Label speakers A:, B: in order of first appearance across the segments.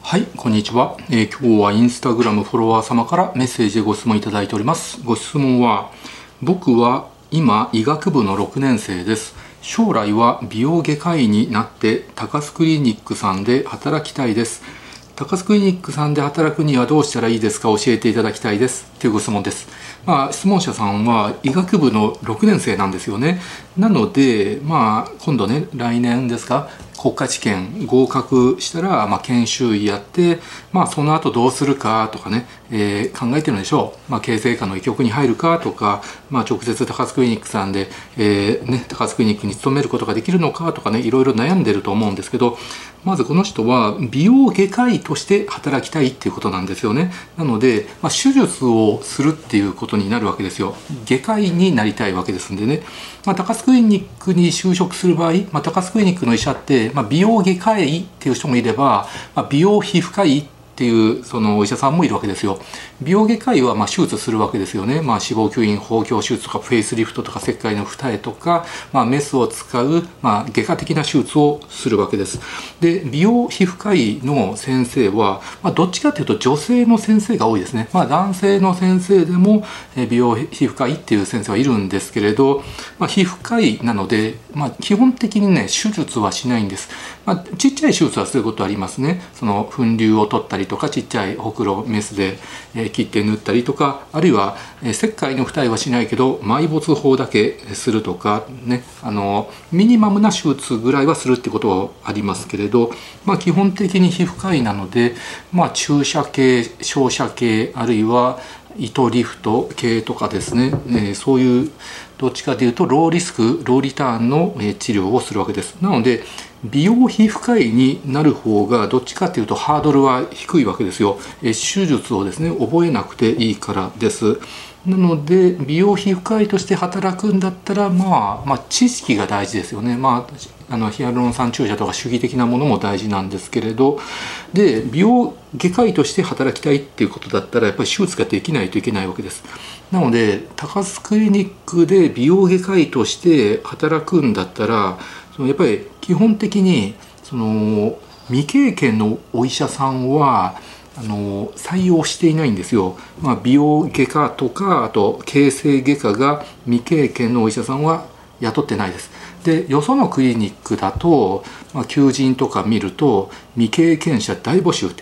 A: はい、こんにちは。今日はインスタグラムフォロワー様からメッセージでご質問いただいております。ご質問は、僕は今医学部の6年生です。将来は美容外科医になって高須クリニックさんで働きたいです。高須クリニックさんで働くにはどうしたらいいですか、教えていただきたいですというご質問です。質問者さんは医学部の6年生なんですよね。なので、今度ね、来年ですか、国家試験合格したら、研修医やって、その後どうするかとかね、考えてるんでしょう。形成科の医局に入るかとか、直接高須クリニックさんで、高須クリニックに勤めることができるのかとかね、いろいろ悩んでると思うんですけど、まずこの人は美容外科医として働きたいっていうことなんですよね。なので、手術をするっていうことになるわけですよ。外科医になりたいわけですんでね。高須クリニックに就職する場合、高須クリニックの医者って、美容外科医っていう人もいれば、美容皮膚科医っていうそのお医者さんもいるわけですよ。美容外科医は手術するわけですよね。脂肪吸引包協手術とかフェイスリフトとか切開の二重とか、メスを使う、外科的な手術をするわけです。で、美容皮膚科医の先生は、どっちかというと女性の先生が多いですね。男性の先生でも美容皮膚科医っていう先生はいるんですけれど、皮膚科医なので、基本的にね、手術はしないんです。ちっちゃい手術はすることありますね。その粉瘤を取ったりとか、ちっちゃいほくろメスで切って縫ったりとか、あるいは切開の二重はしないけど埋没法だけするとかね、ミニマムな手術ぐらいはするってことはありますけれど、基本的に皮膚科医なので、注射系、照射系、あるいは糸リフト系とかですね、そういうどっちかというとローリスクローリターンの治療をするわけです。なので美容皮膚科医になる方がどっちかというとハードルは低いわけですよ。手術をですね覚えなくていいからです。なので美容皮膚科医として働くんだったら知識が大事ですよね。ヒアルロン酸注射とか手技的なものも大事なんですけれど、で美容外科医として働きたいっていうことだったらやっぱり手術ができないといけないわけです。なので高須クリニックで美容外科医として働くんだったら、やっぱり基本的に未経験のお医者さんは採用していないんですよ。美容外科とかあと形成外科が未経験のお医者さんは雇ってないです。でよそのクリニックだと、求人とか見ると未経験者大募集って、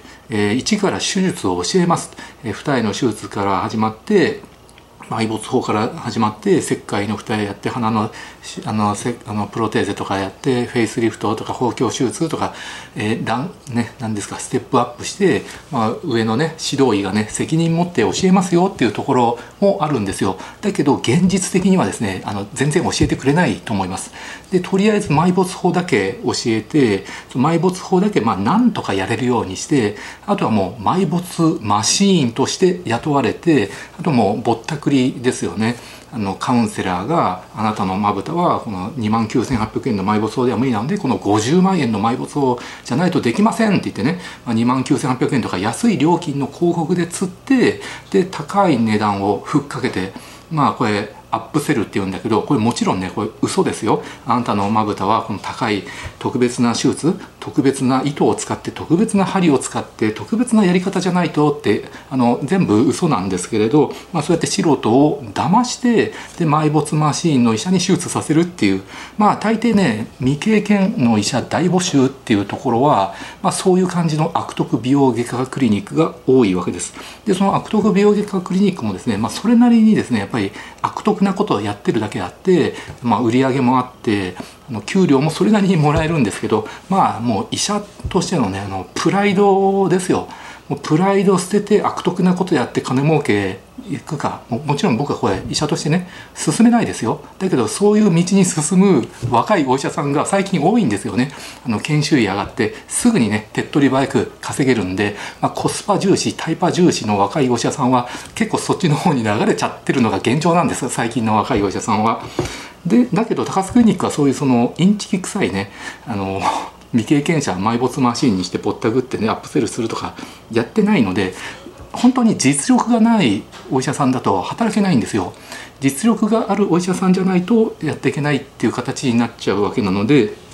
A: 一から手術を教えます、二重の手術から始まって埋没法から始まって切開の二重やって鼻のプロテーゼとかやってフェイスリフトとか包協手術とか、何ですかステップアップして、上のね指導医がね責任持って教えますよっていうところもあるんですよ。だけど現実的にはですね全然教えてくれないと思います。でとりあえず埋没法だけ教えて埋没法だけなんとかやれるようにして、あとはもう埋没マシーンとして雇われて、あともうぼったくりですよね。カウンセラーがあなたのまぶたはこの29,800円の埋没法では無理なのでこの50万円の埋没法じゃないとできませんって言ってね、29,800円とか安い料金の広告で釣って、で高い値段をふっかけて、これアップセルって言うんだけど、これもちろんねこれ嘘ですよ。あなたのまぶたはこの高い特別な手術、特別な糸を使って特別な針を使って特別なやり方じゃないとって全部嘘なんですけれど、そうやって素人を騙してで埋没マシーンの医者に手術させるっていう、大抵ね未経験の医者大募集っていうところは、そういう感じの悪徳美容外科クリニックが多いわけです。でその悪徳美容外科クリニックもですね、それなりにですねやっぱり悪徳なことをやってるだけあって、売り上げもあって給料もそれなりにもらえるんですけど、もう医者としてのねプライドですよ。もうプライドを捨てて悪徳なことやって金儲けいくか、もちろん僕はこれ医者としてね進めないですよ。だけどそういう道に進む若いお医者さんが最近多いんですよね。研修医上がってすぐにね手っ取り早く稼げるんで、コスパ重視タイパ重視の若いお医者さんは結構そっちの方に流れちゃってるのが現状なんです、最近の若いお医者さんは。でだけど高須クリニックはそういうインチキ臭いね未経験者埋没マシンにしてぼったくってねアップセルするとかやってないので、本当に実力がないお医者さんだと働けないんですよ。実力があるお医者さんじゃないとやっていけないっていう形になっちゃうわけなので、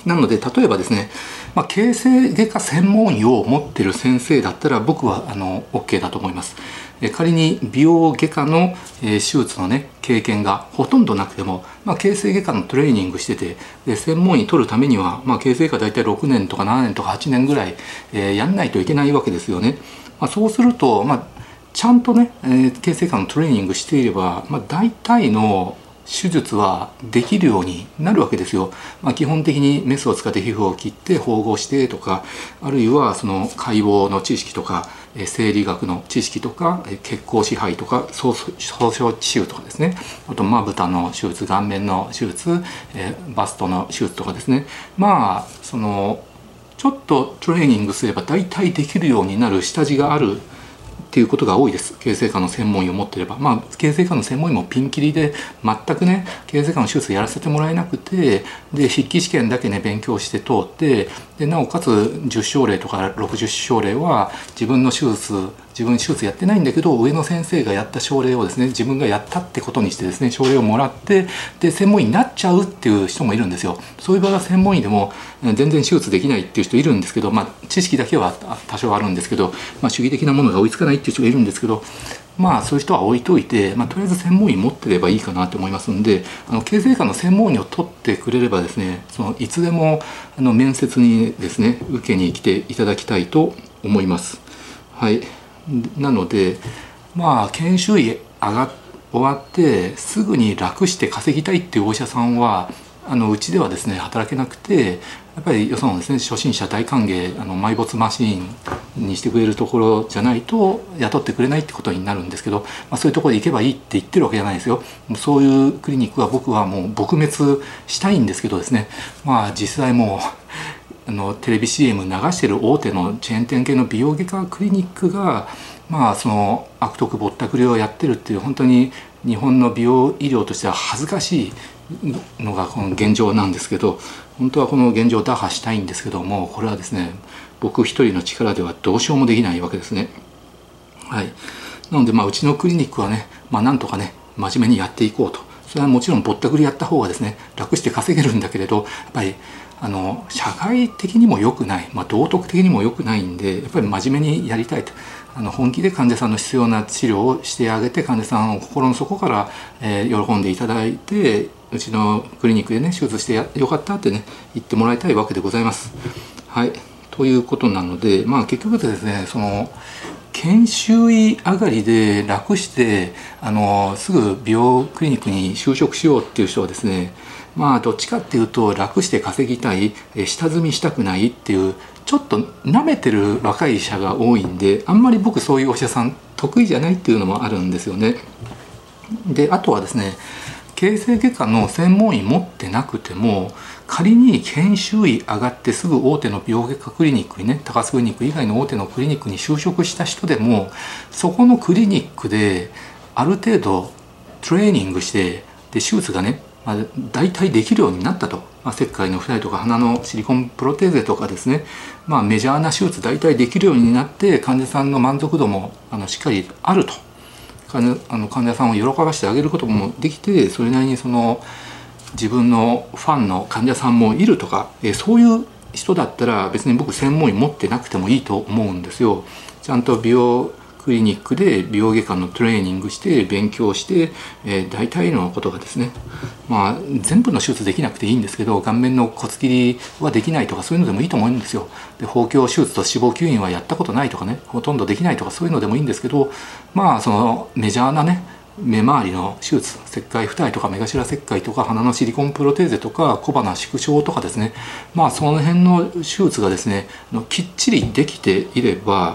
A: なので例えばですね、形成外科専門医を持ってる先生だったら僕はOK だと思います。仮に美容外科の手術のね経験がほとんどなくても、形成外科のトレーニングしてて、で専門医取るためには、形成外科大体6年とか7年とか8年ぐらい、やんないといけないわけですよね。そうすると、ちゃんとね、形成外科のトレーニングしていれば、大体の手術はできるようになるわけですよ。基本的にメスを使って皮膚を切って縫合してとか、あるいはその解剖の知識とか生理学の知識とか血行支配とか創傷治癒とかですね、あとまぶたの手術、顔面の手術、バストの手術とかですね、そのちょっとトレーニングすれば大体できるようになる下地があるっていうことが多いです。形成科の専門医を持っていれば、形成科の専門医もピンキリで全くね形成科の手術やらせてもらえなくて、で筆記試験だけね勉強して通って、でなおかつ10症例とか60症例は自分手術やってないんだけど上の先生がやった症例をですね自分がやったってことにしてですね症例をもらって、で専門医になっちゃうっていう人もいるんですよ。そういう場合は専門医でも全然手術できないっていう人いるんですけど、知識だけは多少あるんですけど、主義的なものが追いつかないっていう人がいるんですけど、そういう人は置いといて、とりあえず専門医持ってればいいかなと思いますんで、形成科の専門医を取ってくれればですね、いつでも面接にですね受けに来ていただきたいと思います。はい。なので研修医終わってすぐに楽して稼ぎたいっていうお医者さんはうちではですね働けなくて、やっぱりよそのですね初心者大歓迎埋没マシーンにしてくれるところじゃないと雇ってくれないってことになるんですけど、そういうところで行けばいいって言ってるわけじゃないですよ。そういうクリニックは僕はもう撲滅したいんですけどですね、実際もうテレビ CM 流してる大手のチェーン店系の美容外科クリニックがその悪徳ぼったくりをやってるっていう、本当に日本の美容医療としては恥ずかしいのがこの現状なんですけど、本当はこの現状を打破したいんですけども、これはですね僕一人の力ではどうしようもできないわけですね。はい。なのでうちのクリニックはね、なんとかね真面目にやっていこうと。それはもちろんぼったくりやった方がですね楽して稼げるんだけれど、やっぱり社会的にも良くない、道徳的にも良くないんで、やっぱり真面目にやりたいと。本気で患者さんの必要な治療をしてあげて、患者さんを心の底から、喜んでいただいて、うちのクリニックでね手術してよかったってね言ってもらいたいわけでございます。はい。ということなので、結局ですね研修医上がりで楽してすぐ美容クリニックに就職しようっていう人はですね、どっちかっていうと楽して稼ぎたい、下積みしたくないっていうちょっと舐めてる若い医者が多いんで、あんまり僕そういうお医者さん得意じゃないっていうのもあるんですよね。であとはですね、形成外科の専門医持ってなくても仮に研修医上がってすぐ大手の美容外科クリニックにね、高須クリニック以外の大手のクリニックに就職した人でも、そこのクリニックである程度トレーニングして、で手術がね大体できるようになったと、切開の二重とか鼻のシリコンプロテーゼとかですね、メジャーな手術大体できるようになって、患者さんの満足度もしっかりあると、患者さんを喜ばしてあげることもできて、それなりに自分のファンの患者さんもいるとか、そういう人だったら別に僕専門医持ってなくてもいいと思うんですよ。ちゃんと美容クリニックで美容外科のトレーニングして勉強して、大体のことがですね、全部の手術できなくていいんですけど、顔面の骨切りはできないとかそういうのでもいいと思うんですよ。で包協手術と脂肪吸引はやったことないとかね、ほとんどできないとかそういうのでもいいんですけど、そのメジャーなね目周りの手術、切開二重とか目頭切開とか鼻のシリコンプロテーゼとか小鼻縮小とかですね、その辺の手術がですねきっちりできていれば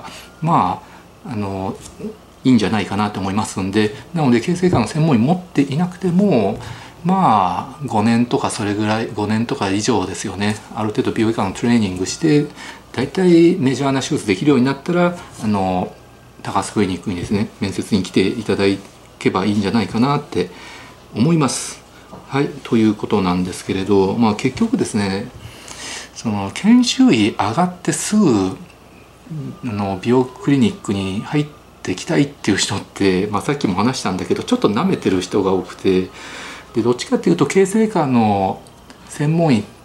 A: いいんじゃないかなと思いますんで、なので形成外科の専門医持っていなくても5年とかそれぐらい、5年とか以上ですよね、ある程度美容外科のトレーニングして大体メジャーな手術できるようになったら高須クリニックにですね面接に来ていただけばいいんじゃないかなって思います。はい、ということなんですけれど、結局ですね研修医上がってすぐ美容クリニックに入ってきたいっていう人って、さっきも話したんだけどちょっと舐めてる人が多くて、でどっちかっていうと形成外科の専門医っ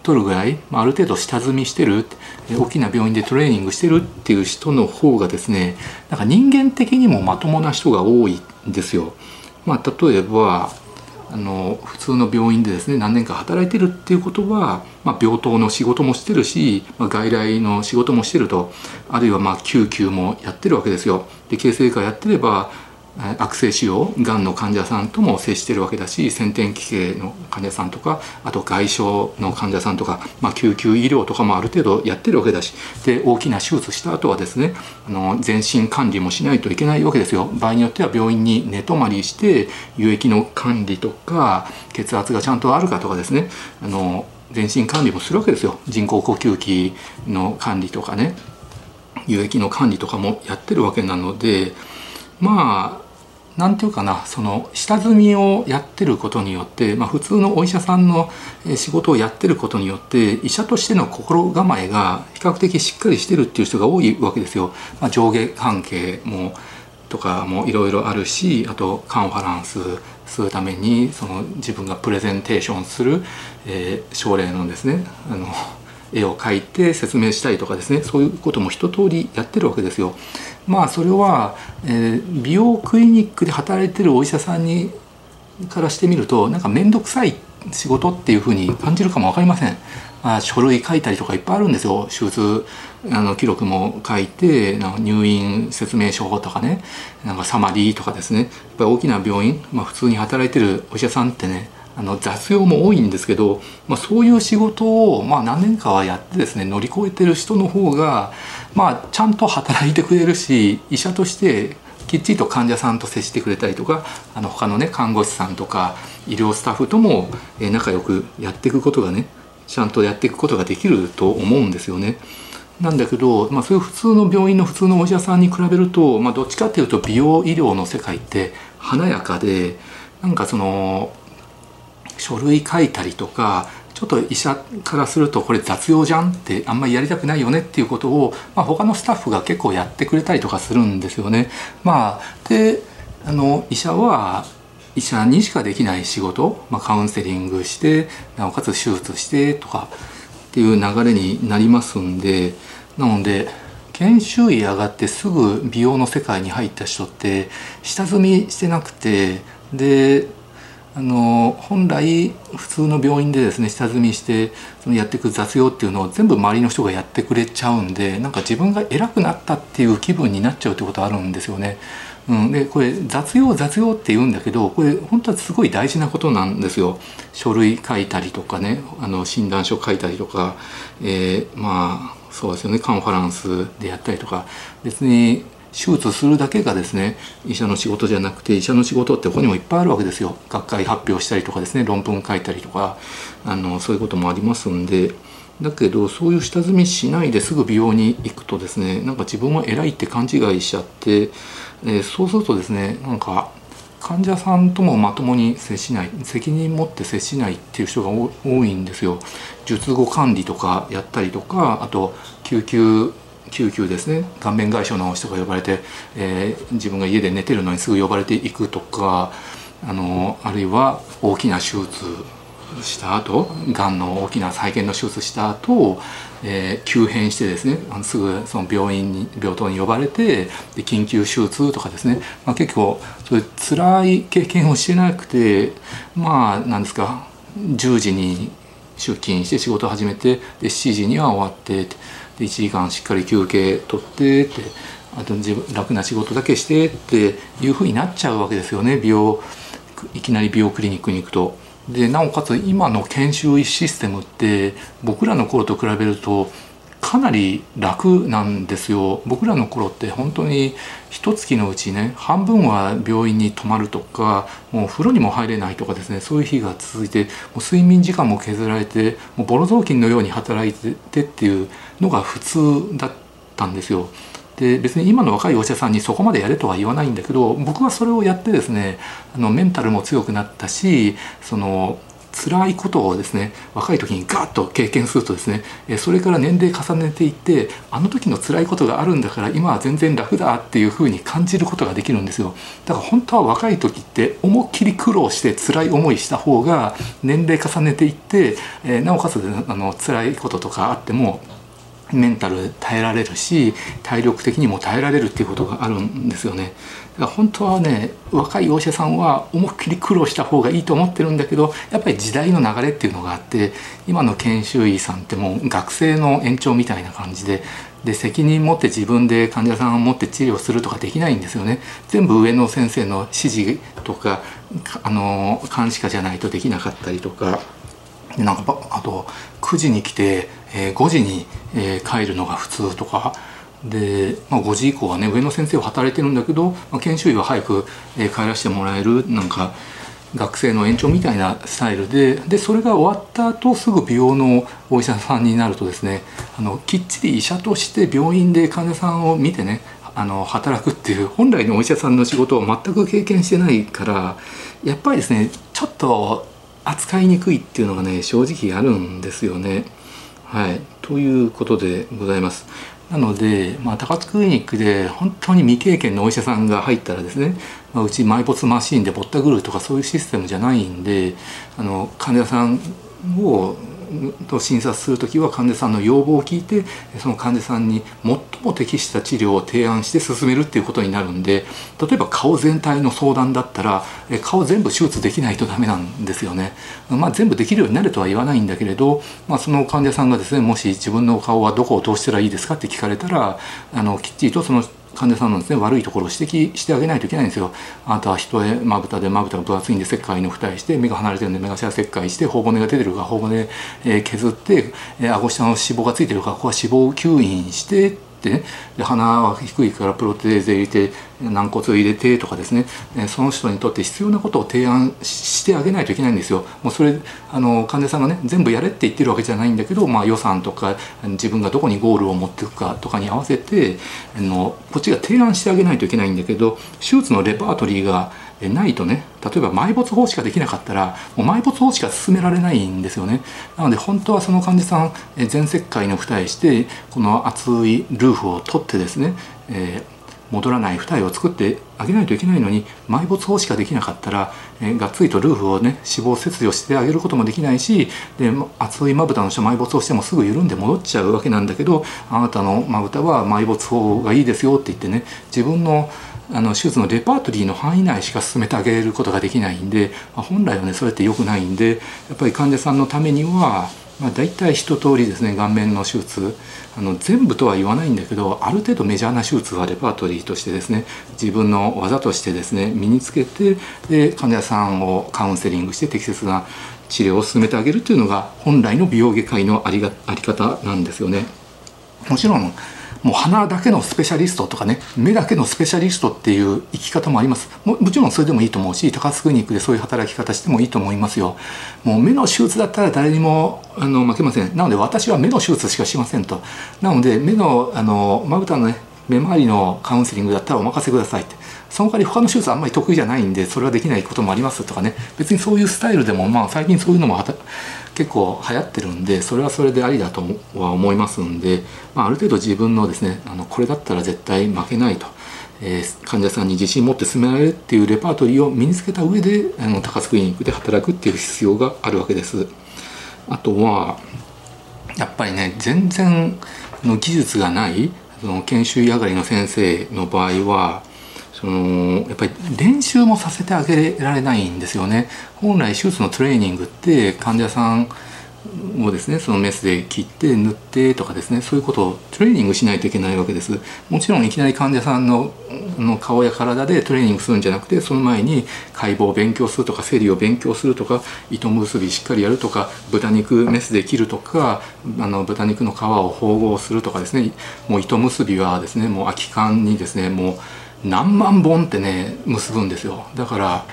A: とるぐらい、ある程度下積みしてる、大きな病院でトレーニングしてるっていう人の方がですね、なんか人間的にもまともな人が多いんですよ。例えば普通の病院でですね何年か働いてるっていうことは、病棟の仕事もしてるし、外来の仕事もしてると、あるいは救急もやってるわけですよ。で形成科やってれば悪性腫瘍がんの患者さんとも接してるわけだし、先天奇形の患者さんとか、あと外傷の患者さんとか、救急医療とかもある程度やってるわけだし、で大きな手術した後はですね全身管理もしないといけないわけですよ。場合によっては病院に寝泊まりして輸液の管理とか血圧がちゃんとあるかとかですね全身管理もするわけですよ。人工呼吸器の管理とかね、輸液の管理とかもやってるわけなので、なんていうかな、その下積みをやってることによって、普通のお医者さんの仕事をやってることによって医者としての心構えが比較的しっかりしてるっていう人が多いわけですよ。上下関係もとかもいろいろあるし、あとカンファランスするためにその自分がプレゼンテーションする、症例のですね絵を描いて説明したりとかですね、そういうことも一通りやってるわけですよ。それは、美容クリニックで働いてるお医者さんからしてみるとなんか面倒くさい仕事っていうふうに感じるかも分かりません。書類書いたりとかいっぱいあるんですよ。手術記録も書いて、入院説明書とかね、なんかサマリーとかですね、やっぱり大きな病院、普通に働いてるお医者さんってね雑用も多いんですけど、そういう仕事を何年かはやってですね乗り越えてる人の方がちゃんと働いてくれるし、医者としてきっちりと患者さんと接してくれたりとか、他のね看護師さんとか医療スタッフとも仲良くやっていくことがね、ちゃんとやっていくことができると思うんですよね。なんだけど、そういう普通の病院の普通のお医者さんに比べると、どっちかっていうと美容医療の世界って華やかで、なんかその書類書いたりとか、ちょっと医者からするとこれ雑用じゃんってあんまりやりたくないよねっていうことを、他のスタッフが結構やってくれたりとかするんですよね。で医者は医者にしかできない仕事、カウンセリングしてなおかつ手術してとかっていう流れになりますんで、なので研修医上がってすぐ美容の世界に入った人って下積みしてなくて、で本来普通の病院でですね下積みしてそのやっていく雑用っていうのを全部周りの人がやってくれちゃうんで、なんか自分が偉くなったっていう気分になっちゃうってことあるんですよね。でこれ雑用って言うんだけど、これ本当はすごい大事なことなんですよ。書類書いたりとかね、診断書書いたりとか、そうですよね、カンファランスでやったりとか、別に手術するだけがですね医者の仕事じゃなくて、医者の仕事って他にもいっぱいあるわけですよ。学会発表したりとかですね、論文書いたりとかそういうこともありますんで、だけどそういう下積みしないですぐ美容に行くとですね、なんか自分は偉いって勘違いしちゃって、そうするとですねなんか患者さんともまともに接しない、責任持って接しないっていう人が多いんですよ。術後管理とかやったりとか、あと救急ですね、顔面外傷の人が呼ばれて、自分が家で寝てるのにすぐ呼ばれていくとか、あるいは大きな手術した後、がんの大きな再建の手術した後、急変してですねすぐその病棟に呼ばれて、で緊急手術とかですね、結構そういう辛い経験をしてなくて、なんですか、10時に出勤して仕事を始めて、で7時には終わって、で1時間しっかり休憩取ってって、あと楽な仕事だけしてっていうふうになっちゃうわけですよね。いきなり美容クリニックに行くと。でなおかつ今の研修医システムって僕らの頃と比べるとかなり楽なんですよ。僕らの頃って本当に一月のうちね半分は病院に泊まるとか、もう風呂にも入れないとかですね、そういう日が続いて、もう睡眠時間も削られて、もうボロ雑巾のように働いててっていうのが普通だったんですよ。で別に今の若いお医者さんにそこまでやれとは言わないんだけど、僕はそれをやってですねメンタルも強くなったし、その辛いことをですね若い時にガーッと経験するとですねそれから年齢重ねていってあの時の辛いことがあるんだから今は全然楽だっていうふうに感じることができるんですよ。だから本当は若い時って思いっきり苦労して辛い思いした方が年齢重ねていって、なおかつ辛いこととかあってもメンタル耐えられるし体力的にも耐えられるっていうことがあるんですよね。だから本当はね若いお医者さんは思いっきり苦労した方がいいと思ってるんだけどやっぱり時代の流れっていうのがあって今の研修医さんってもう学生の延長みたいな感じで責任持って自分で患者さんを持って治療するとかできないんですよね。全部上の先生の指示とか監視下じゃないとできなかったりとか。なんかあと9時に来て、5時に、帰るのが普通とかで、5時以降はね上の先生は働いてるんだけど、研修医は早く、帰らせてもらえるなんか学生の延長みたいなスタイルでそれが終わった後すぐ美容のお医者さんになるとですねきっちり医者として病院で患者さんを見てね働くっていう本来のお医者さんの仕事を全く経験してないからやっぱりですねちょっと扱いにくいっていうのがね正直あるんですよね。はい、ということでございます。なので、高津クリニックで本当に未経験のお医者さんが入ったらですね、うち埋没マシーンでぼったくるとかそういうシステムじゃないんで患者さんを診察する時は患者さんの要望を聞いてその患者さんに最も適した治療を提案して進めるっていうことになるんで例えば顔全体の相談だったら顔全部手術できないとダメなんですよね。全部できるようになるとは言わないんだけれど、その患者さんがですねもし自分の顔はどこを通したらいいですかって聞かれたらきっちりとその患者さんのですね悪いところを指摘してあげないといけないんですよ。あなたは一重まぶたでまぶたが分厚いんで切開の二重して目が離れてるんで目頭切開して頬骨が出てるか頬骨削って顎下の脂肪がついてるかここは脂肪を吸引してで鼻は低いからプロテーゼ入れて軟骨を入れてとかですねその人にとって必要なことを提案してあげないといけないんですよ。もうそれ患者さんがね全部やれって言ってるわけじゃないんだけど、予算とか自分がどこにゴールを持っていくかとかに合わせてこっちが提案してあげないといけないんだけど手術のレパートリーがないとね例えば埋没法しかできなかったらもう埋没法しか進められないんですよね。なので本当はその患者さん全切開の二重してこの厚いルーフを取ってですね、戻らない二重を作ってあげないといけないのに埋没法しかできなかったら、がっつりとルーフをね脂肪切除してあげることもできないしで厚いまぶたの下埋没をしてもすぐ緩んで戻っちゃうわけなんだけどあなたのまぶたは埋没法がいいですよって言ってね自分の手術のレパートリーの範囲内しか進めてあげることができないんで、本来はねそれって良くないんでやっぱり患者さんのためには、大体一通りですね顔面の手術全部とは言わないんだけどある程度メジャーな手術はレパートリーとしてですね自分の技としてですね身につけてで患者さんをカウンセリングして適切な治療を進めてあげるというのが本来の美容外科医のあり方なんですよね。もちろんもう鼻だけのスペシャリストとかね目だけのスペシャリストっていう生き方もあります。もちろんそれでもいいと思うし高津クリニックでそういう働き方してもいいと思いますよ。もう目の手術だったら誰にも負けません。なので私は目の手術しかしませんと。なので目のまぶたのね目周りのカウンセリングだったらお任せくださいって。その代わり他の手術はあんまり得意じゃないんでそれはできないこともありますとかね別にそういうスタイルでも最近そういうのも結構流行ってるんでそれはそれでありだとは思いますんで、ある程度自分のですねこれだったら絶対負けないと、患者さんに自信持って進められるっていうレパートリーを身につけた上で高津クリニックで働くっていう必要があるわけです。あとはやっぱりね全然技術がない研修医上がりの先生の場合はやっぱり練習もさせてあげられないんですよね。本来手術のトレーニングって患者さんをですねそのメスで切って塗ってとかですねそういうことをトレーニングしないといけないわけです。もちろんいきなり患者さんの顔や体でトレーニングするんじゃなくてその前に解剖を勉強するとか生理を勉強するとか糸結びしっかりやるとか豚肉メスで切るとか豚肉の皮を縫合するとかですねもう糸結びはですね空き缶にですねもう何万本ってね結ぶんですよ。だから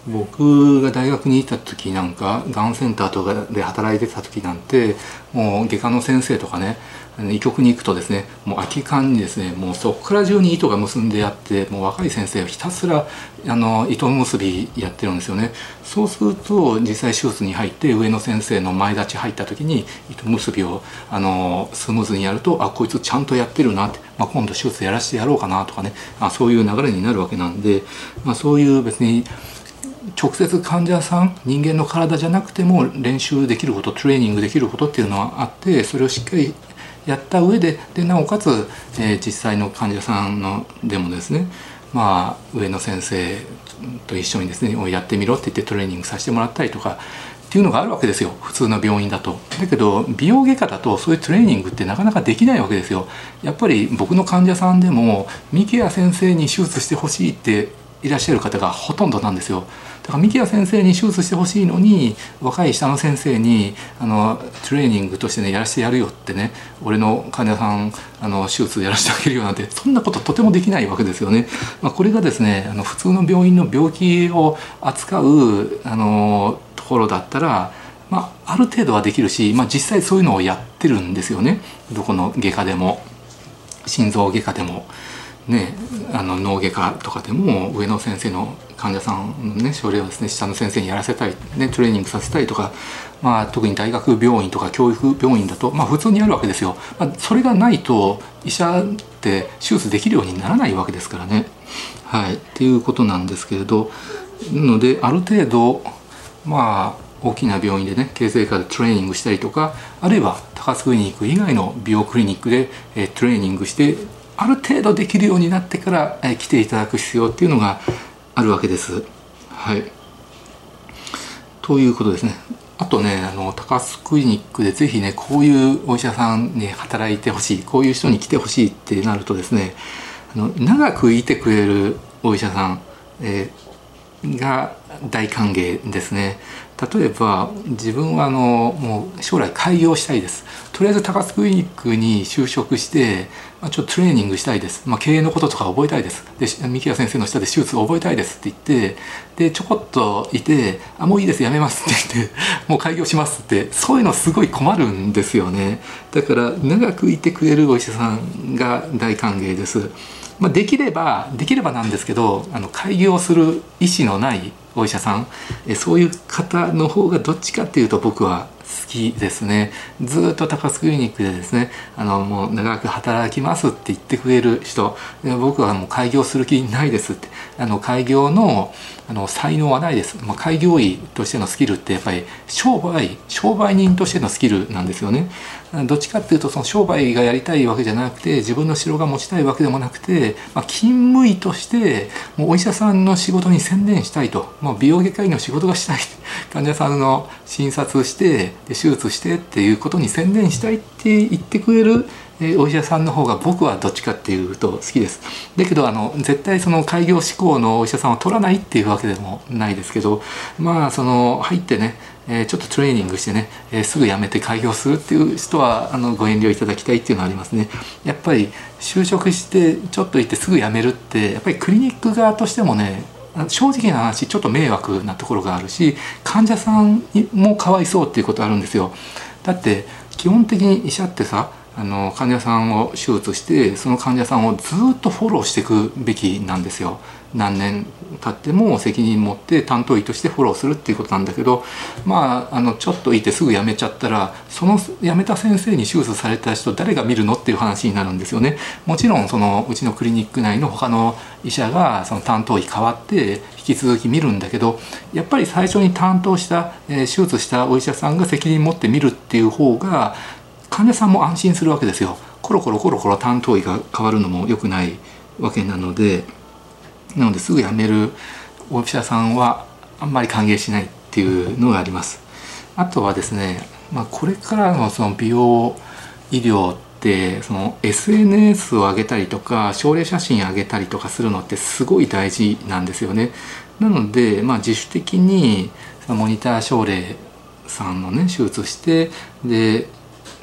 A: 僕が大学にいた時なんかがんセンターとかで働いてた時なんて、もう外科の先生とかね、医局に行くとですね、もう空き缶にですね、もうそこから中に糸が結んであって、もう若い先生はひたすら糸結びやってるんですよね。そうすると実際手術に入って上の先生の前立ち入った時に糸結びをスムーズにやると、あ、こいつちゃんとやってるなって、今度手術やらせてやろうかなとかね、そういう流れになるわけなんで、そういう別に直接患者さん、人間の体じゃなくても練習できること、トレーニングできることっていうのはあって、それをしっかりやった上で、なおかつ、実際の患者さんのでもですね、上の先生と一緒にですね、やってみろって言ってトレーニングさせてもらったりとかっていうのがあるわけですよ、普通の病院だと。だけど美容外科だとそういうトレーニングってなかなかできないわけですよ。やっぱり僕の患者さんでも三木谷先生に手術してほしいっていらっしゃる方がほとんどなんですよ。だから三木谷先生に手術してほしいのに、若い下の先生にトレーニングとしてね、やらせてやるよってね、俺の患者さん手術やらせてあげるよなんて、そんなこととてもできないわけですよね。これがですね、普通の病院の病気を扱うところだったら、ある程度はできるし、実際そういうのをやってるんですよね。どこの外科でも、心臓外科でもね、脳外科とかでも上の先生の患者さんのね、症例をですね、下の先生にやらせたり、ね、トレーニングさせたりとか、特に大学病院とか教育病院だと、普通にあるわけですよ。それがないと医者って手術できるようにならないわけですからね。はい、っていうことなんですけれど、なのである程度大きな病院でね、形成科でトレーニングしたりとか、あるいは高須クリニック以外の美容クリニックでトレーニングしてある程度できるようになってから来ていただく必要っていうのがあるわけです。はい、ということですね。あとね、高須クリニックでぜひね、こういうお医者さんに働いてほしい、こういう人に来てほしいってなるとですね、長くいてくれるお医者さん、が大歓迎ですね。例えば自分はもう将来開業したいです。とりあえず高須クリニックに就職して、ちょっとトレーニングしたいです。経営のこととか覚えたいです。で、三木谷先生の下で手術を覚えたいですって言って、でちょこっといて、もういいです、やめますって言って、もう開業しますって、そういうのすごい困るんですよね。だから長くいてくれるお医者さんが大歓迎です。できればなんですけど、開業する意思のないお医者さん、そういう方の方がどっちかっていうと僕は好きですね。ずっと高須クリニックでですね、もう長く働きますって言ってくれる人、僕はもう開業する気ないですって、開業の才能はないです。開業医としてのスキルってやっぱり商売人としてのスキルなんですよね。どっちかっていうと、その商売がやりたいわけじゃなくて、自分の城が持ちたいわけでもなくて、勤務医としてもうお医者さんの仕事に専念したいと、美容外科医の仕事がしたい、患者さんの診察してで手術してっていうことに専念したいって言ってくれるお医者さんの方が僕はどっちかっていうと好きです。だけど絶対その開業志向のお医者さんを取らないっていうわけでもないですけど、その入ってね、ちょっとトレーニングしてね、すぐ辞めて開業するっていう人はご遠慮いただきたいっていうのはありますね。やっぱり就職してちょっと行ってすぐ辞めるって、やっぱりクリニック側としてもね、正直な話ちょっと迷惑なところがあるし、患者さんもかわいそうっていうことあるんですよ。だって基本的に医者ってさ、患者さんを手術して、その患者さんをずっとフォローしていくべきなんですよ。何年経っても責任持って担当医としてフォローするっていうことなんだけど、ちょっといてすぐ辞めちゃったら、その辞めた先生に手術された人誰が見るのっていう話になるんですよね。もちろんうちのクリニック内の他の医者がその担当医変わって引き続き見るんだけど、やっぱり最初に担当した、手術したお医者さんが責任持って見るっていう方が患者さんも安心するわけですよ。コロコロ担当医が変わるのも良くないわけなので、すぐ辞めるお医者さんはあんまり歓迎しないっていうのがあります。あとはですね、これからのその美容医療ってその SNS を上げたりとか症例写真上げたりとかするのってすごい大事なんですよね。なので自主的にそのモニター症例さんのね手術して、で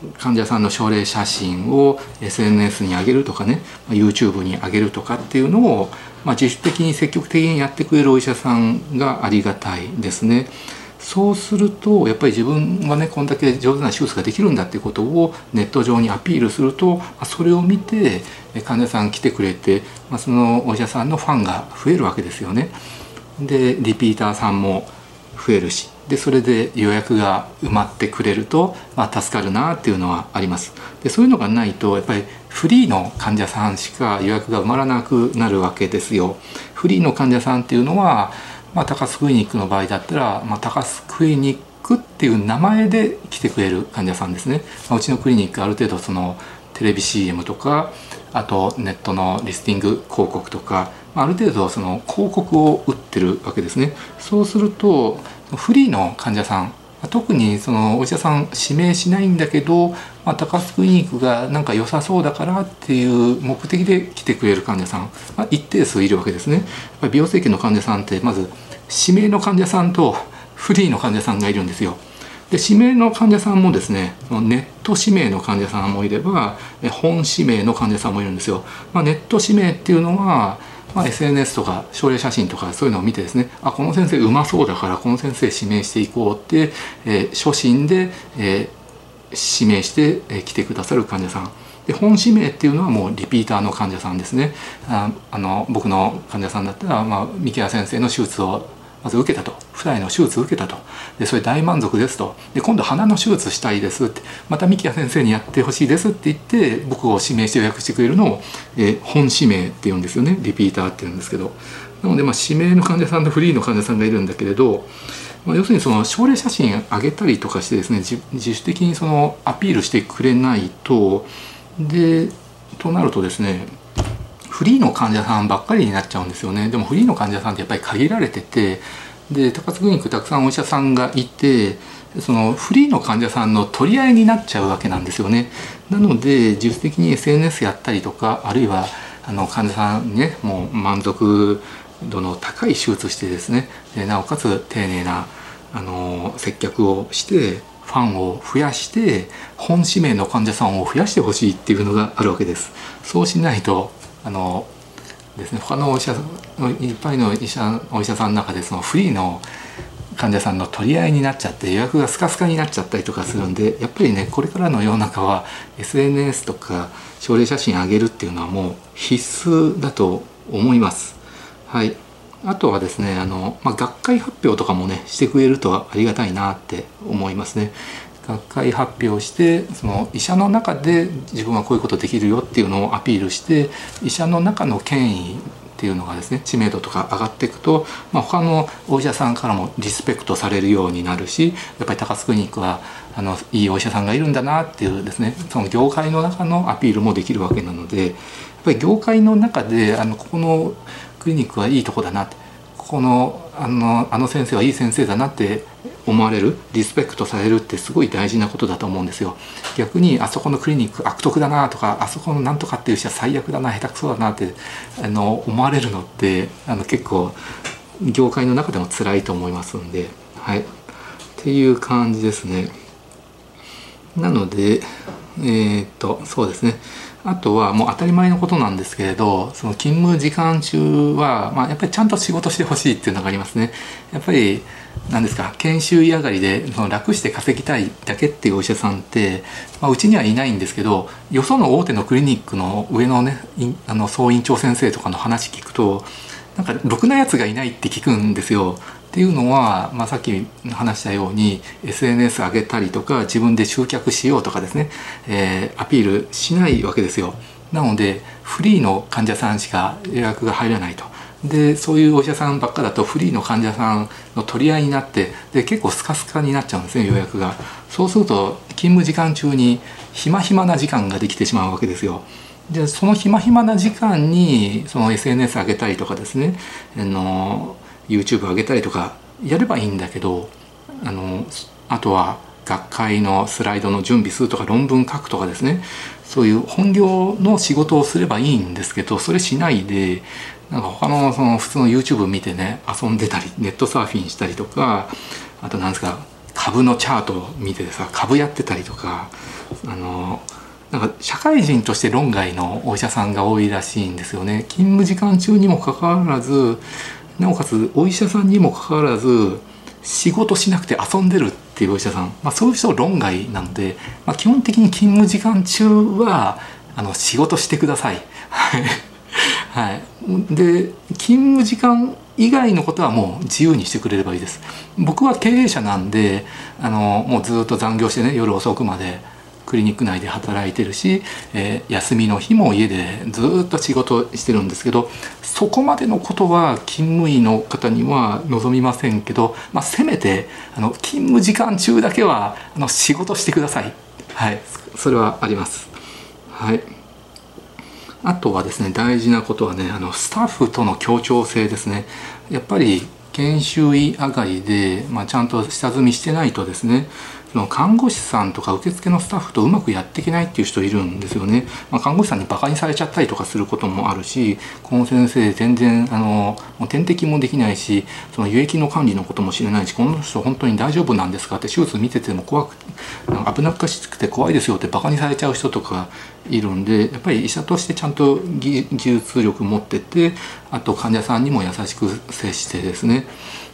A: 患者さんの症例写真を SNS に上げるとかね、YouTube に上げるとかっていうのを、自主的に積極的にやってくれるお医者さんがありがたいですね。そうするとやっぱり自分はねこんだけ上手な手術ができるんだっていうことをネット上にアピールすると、それを見て患者さん来てくれて、そのお医者さんのファンが増えるわけですよね。でリピーターさんも増えるし、でそれで予約が埋まってくれると、助かるなっていうのはあります。でそういうのがないとやっぱりフリーの患者さんしか予約が埋まらなくなるわけですよ。フリーの患者さんっていうのは高須クリニックの場合だったら、高須クリニックっていう名前で来てくれる患者さんですね。うちのクリニックある程度そのテレビ CM とか、あとネットのリスティング広告とか、ある程度その広告を打ってるわけですね。そうするとフリーの患者さん、特にそのお医者さん指名しないんだけど、高須クリニックがなんか良さそうだからっていう目的で来てくれる患者さん、一定数いるわけですね。美容整形の患者さんってまず指名の患者さんとフリーの患者さんがいるんですよ。で指名の患者さんもですね、ネット指名の患者さんもいれば本指名の患者さんもいるんですよ。ネット指名っていうのはSNS とか症例写真とかそういうのを見てですね、この先生うまそうだからこの先生指名していこうって、初診で、指名して、来てくださる患者さんで、本指名っていうのはもうリピーターの患者さんですね。僕の患者さんだったら、三木谷先生の手術をまず受けたと、二重の手術を受けたと、でそれ大満足ですと、で今度鼻の手術したいですって、また三木谷先生にやってほしいですって言って僕を指名して予約してくれるのを、本指名って言うんですよね。リピーターって言うんですけど、なので指名の患者さんとフリーの患者さんがいるんだけれど、要するにその症例写真上げたりとかしてですね、自主的にそのアピールしてくれないと、となるとですね、フリーの患者さんばっかりになっちゃうんですよね。でもフリーの患者さんってやっぱり限られてて、で高津クリニックたくさんお医者さんがいて、そのフリーの患者さんの取り合いになっちゃうわけなんですよね。なので自主的に SNS やったりとか、あるいは患者さんにねもう満足度の高い手術してですね、でなおかつ丁寧な接客をしてファンを増やして本指名の患者さんを増やしてほしいっていうのがあるわけです。そうしないとですね、他のお医者さんいっぱいのお医者さんの中でそのフリーの患者さんの取り合いになっちゃって予約がスカスカになっちゃったりとかするんで、やっぱりねこれからの世の中は SNS とか症例写真上げるっていうのはもう必須だと思います。はい、あとはですね学会発表とかもねしてくれるとありがたいなって思いますね。学会発表してその医者の中で自分はこういうことできるよっていうのをアピールして、医者の中の権威っていうのがですね知名度とか上がっていくと、他のお医者さんからもリスペクトされるようになるし、やっぱり高須クリニックはいいお医者さんがいるんだなっていうですね、その業界の中のアピールもできるわけなので、やっぱり業界の中でここのクリニックはいいとこだなって、ここの先生はいい先生だなって思われる、リスペクトされるってすごい大事なことだと思うんですよ。逆にあそこのクリニック悪徳だなとか、あそこのなんとかっていう人は最悪だな、下手くそだなって思われるのって結構業界の中でも辛いと思いますんで、はい、っていう感じですね。なのでそうですね、あとはもう当たり前のことなんですけれど、その勤務時間中は、やっぱりちゃんと仕事してほしいっていうのがありますね。やっぱり何ですか、研修医上がりでその楽して稼ぎたいだけっていうお医者さんって、うちにはいないんですけど、よその大手のクリニックの上のね総院長先生とかの話聞くと、なんかろくなやつがいないって聞くんですよ。っていうのは、さっき話したように SNS 上げたりとか自分で集客しようとかですね、アピールしないわけですよ。なのでフリーの患者さんしか予約が入らないと。でそういうお医者さんばっかだとフリーの患者さんの取り合いになって、で結構スカスカになっちゃうんですね、予約が。そうすると勤務時間中に暇な時間ができてしまうわけですよ。でその暇な時間にその SNS 上げたりとかですね、YouTube 上げたりとかやればいいんだけど、あとは学会のスライドの準備するとか論文書くとかですね、そういう本業の仕事をすればいいんですけど、それしないでなんか他のその普通の YouTube 見てね遊んでたり、ネットサーフィンしたりとか、あとなんですか株のチャートを見てさ、株やってたりとか、なんか社会人として論外のお医者さんが多いらしいんですよね。勤務時間中にもかかわらず、なおかつお医者さんにもかかわらず仕事しなくて遊んでるっていうお医者さん、そういう人論外なので、基本的に勤務時間中は仕事してください。はい、で勤務時間以外のことはもう自由にしてくれればいいです。僕は経営者なんでもうずっと残業してね、夜遅くまでクリニック内で働いてるし、休みの日も家でずっと仕事してるんですけど、そこまでのことは勤務医の方には望みませんけど、せめて勤務時間中だけは仕事してください。はい、それはあります。はい。あとはですね、大事なことはね、スタッフとの協調性ですね。やっぱり研修医上がりで、ちゃんと下積みしてないとですね、その看護師さんとか受付のスタッフとうまくやっていけないっていう人いるんですよね。看護師さんにバカにされちゃったりとかすることもあるし、この先生全然もう点滴もできないし、その輸液の管理のことも知れないし、この人本当に大丈夫なんですかって、手術見てても怖く危なっかしくて怖いですよってバカにされちゃう人とかいるんで、やっぱり医者としてちゃんと技術力持ってて、あと患者さんにも優しく接してですね、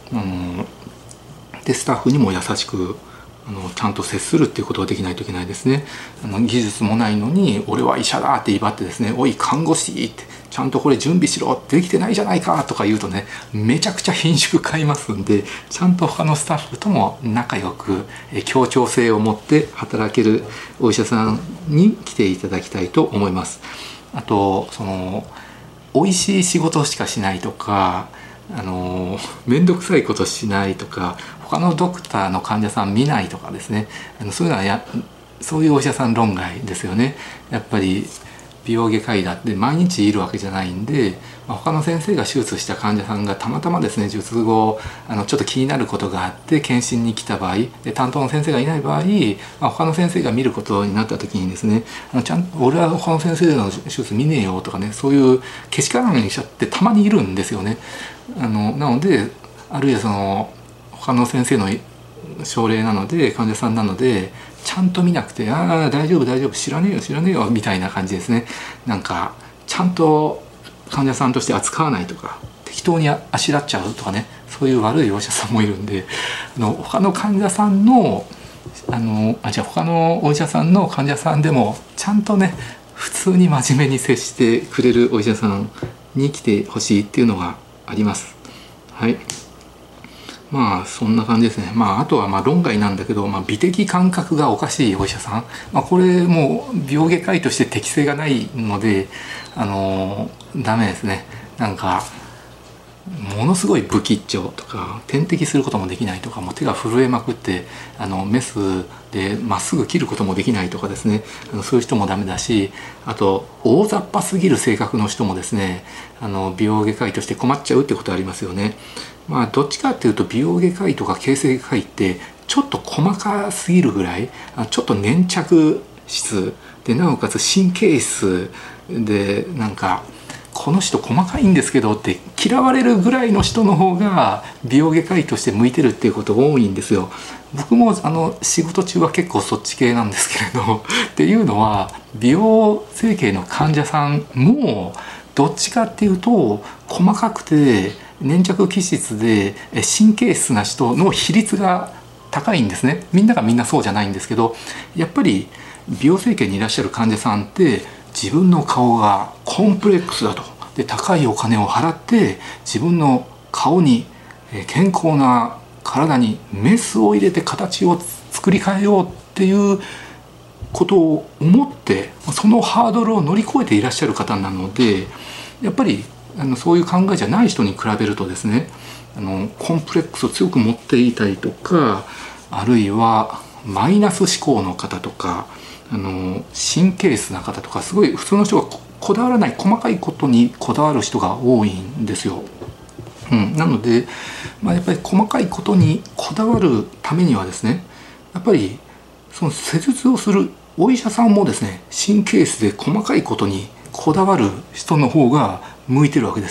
A: でスタッフにも優しくちゃんと接するっていうことができないといけないですね。技術もないのに俺は医者だって威張ってですね、おい看護師ってちゃんとこれ準備しろってできてないじゃないかとか言うとね、めちゃくちゃ品種買いますんで、ちゃんと他のスタッフとも仲良く協調性を持って働けるお医者さんに来ていただきたいと思います。あと美味しい仕事しかしないとか、面倒くさいことしないとか、他のドクターの患者さん見ないとかですね、そういうのはそういうお医者さん論外ですよね。やっぱり美容外科医だって毎日いるわけじゃないんで、他の先生が手術した患者さんがたまたまですね、術後ちょっと気になることがあって検診に来た場合で、担当の先生がいない場合、他の先生が見ることになった時にですね、ちゃんと俺は他の先生の手術見ねえよとかね、そういうけしからん医者ってたまにいるんですよね。なので、あるいは他の先生の症例なので、患者さんなのでちゃんと見なくて、ああ大丈夫大丈夫、知らねえよ知らねえよみたいな感じですね。なんかちゃんと患者さんとして扱わないとか、適当にあしらっちゃうとかね、そういう悪いお医者さんもいるんで、他の患者さんの他のお医者さんの患者さんでもちゃんとね、普通に真面目に接してくれるお医者さんに来てほしいっていうのがあります。はい。そんな感じですね。あとは論外なんだけど、美的感覚がおかしいお医者さん、これもう美容外科医として適性がないのでダメですね。なんかものすごい不吉祥とか、点滴することもできないとか、もう手が震えまくってメスでまっすぐ切ることもできないとかですね、そういう人もダメだし、あと大雑把すぎる性格の人もですね、美容外科医として困っちゃうってことありますよね。どっちかっていうと美容外科医とか形成外科医ってちょっと細かすぎるぐらい、ちょっと粘着質で、なおかつ神経質で、なんかこの人細かいんですけどって嫌われるぐらいの人の方が美容外科医として向いてるっていうことが多いんですよ。僕も仕事中は結構そっち系なんですけれどっていうのは、美容整形の患者さんもどっちかっていうと細かくて粘着気質で神経質な人の比率が高いんですね。みんながみんなそうじゃないんですけど、やっぱり美容整形にいらっしゃる患者さんって自分の顔がコンプレックスだと、で高いお金を払って自分の顔に健康な体にメスを入れて形を作り変えようっていうことを思って、そのハードルを乗り越えていらっしゃる方なので、やっぱりそういう考えじゃない人に比べるとですね、コンプレックスを強く持っていたりとか、あるいはマイナス思考の方とか、神経質な方とか、すごい普通の人がこだわらない細かいことにこだわる人が多いんですよ。なので、やっぱり細かいことにこだわるためにはですね、やっぱりその施術をするお医者さんもですね、神経質で細かいことにこだわる人の方が向いてるわけです。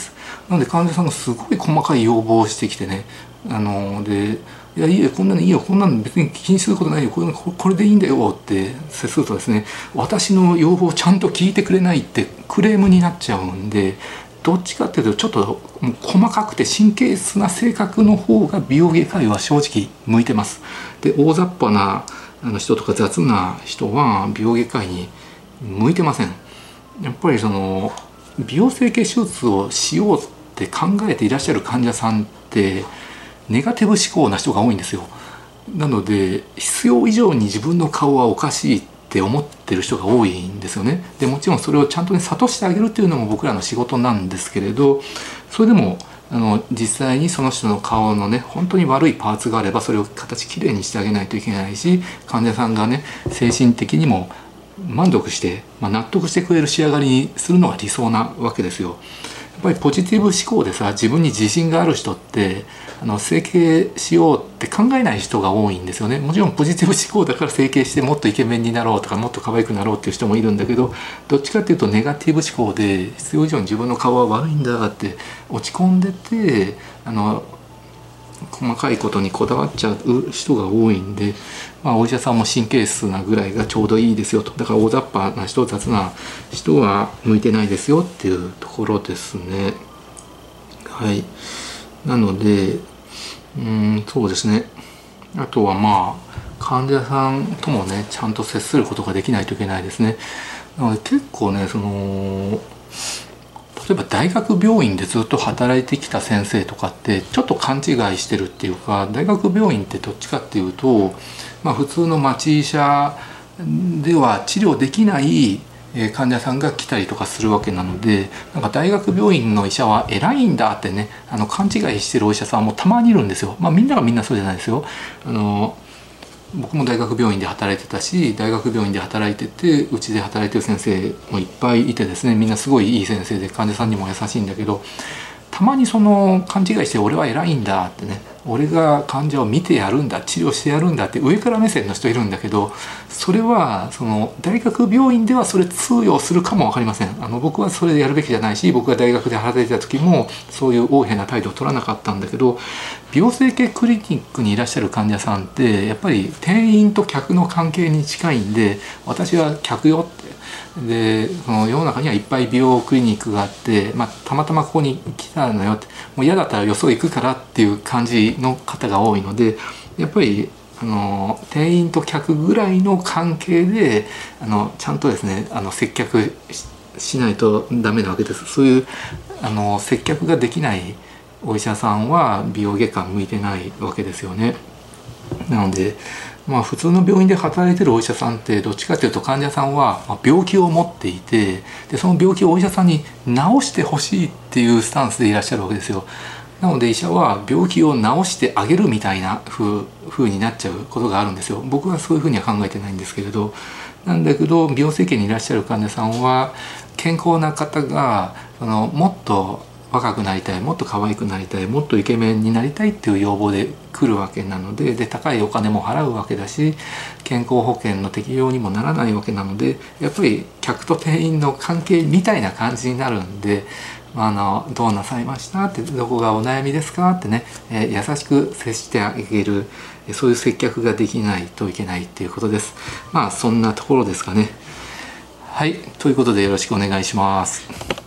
A: なので患者さんがすごい細かい要望をしてきてね、で「いやいいよ、こんなのいいよ、こんなの別に気にすることないよ、これでいいんだよ」って接するとですね、私の要望をちゃんと聞いてくれないってクレームになっちゃうんで、どっちかっていうとちょっともう細かくて神経質な性格の方が美容外科医は正直向いてます。で、大雑把な人とか雑な人は美容外科医に向いてません。やっぱりその美容整形手術をしようって考えていらっしゃる患者さんってネガティブ思考な人が多いんですよ。なので必要以上に自分の顔はおかしいって思ってる人が多いんですよね。でもちろんそれをちゃんとね諭してあげるっていうのも僕らの仕事なんですけれど、それでも実際にその人の顔のね本当に悪いパーツがあればそれを形きれいにしてあげないといけないし、患者さんがね精神的にも満足して、納得してくれる仕上がりにするのが理想なわけですよ。やっぱりポジティブ思考でさ、自分に自信がある人って整形しようって考えない人が多いんですよね。もちろんポジティブ思考だから整形してもっとイケメンになろうとかもっと可愛くなろうっていう人もいるんだけど、どっちかっていうとネガティブ思考で必要以上に自分の顔は悪いんだって落ち込んでて細かいことにこだわっちゃう人が多いんで、お医者さんも神経質なぐらいがちょうどいいですよと。だから大雑把な人雑な人は向いてないですよっていうところですね。はい。なのでそうですね。あとは患者さんともねちゃんと接することができないといけないですね。なので結構ね例えば大学病院でずっと働いてきた先生とかってちょっと勘違いしてるっていうか、大学病院ってどっちかっていうと、普通の町医者では治療できない患者さんが来たりとかするわけなので、なんか大学病院の医者は偉いんだってね勘違いしてるお医者さんもたまにいるんですよ。みんながみんなそうじゃないですよ。僕も大学病院で働いてたし、大学病院で働いててうちで働いてる先生もいっぱいいてですね、みんなすごいいい先生で患者さんにも優しいんだけど、たまにその勘違いして俺は偉いんだってね、俺が患者を見てやるんだ、治療してやるんだって上から目線の人いるんだけど、それはその大学病院ではそれ通用するかも分かりません。僕はそれでやるべきじゃないし、僕が大学で働いてた時もそういう横柄な態度を取らなかったんだけど、美容整形クリニックにいらっしゃる患者さんってやっぱり店員と客の関係に近いんで、私は客よってで、その世の中にはいっぱい美容クリニックがあって、たまたまここに来たのよって、もう嫌だったらよそ行くからっていう感じの方が多いので、やっぱり店員と客ぐらいの関係でちゃんとですね接客しないとダメなわけです。そういう接客ができないお医者さんは美容外科向いてないわけですよね。なので普通の病院で働いてるお医者さんってどっちかというと患者さんは病気を持っていて、でその病気をお医者さんに治してほしいっていうスタンスでいらっしゃるわけですよ。なので医者は病気を治してあげるみたいな風になっちゃうことがあるんですよ。僕はそういうふうには考えてないんですけれど、なんだけど美容整形にいらっしゃる患者さんは健康な方がもっと若くなりたい、もっと可愛くなりたい、もっとイケメンになりたいっていう要望で来るわけなので、高いお金も払うわけだし、健康保険の適用にもならないわけなので、やっぱり客と店員の関係みたいな感じになるんで、どうなさいましたって、どこがお悩みですかってね、優しく接してあげる、そういう接客ができないといけないっていうことです。そんなところですかね。はい、ということでよろしくお願いします。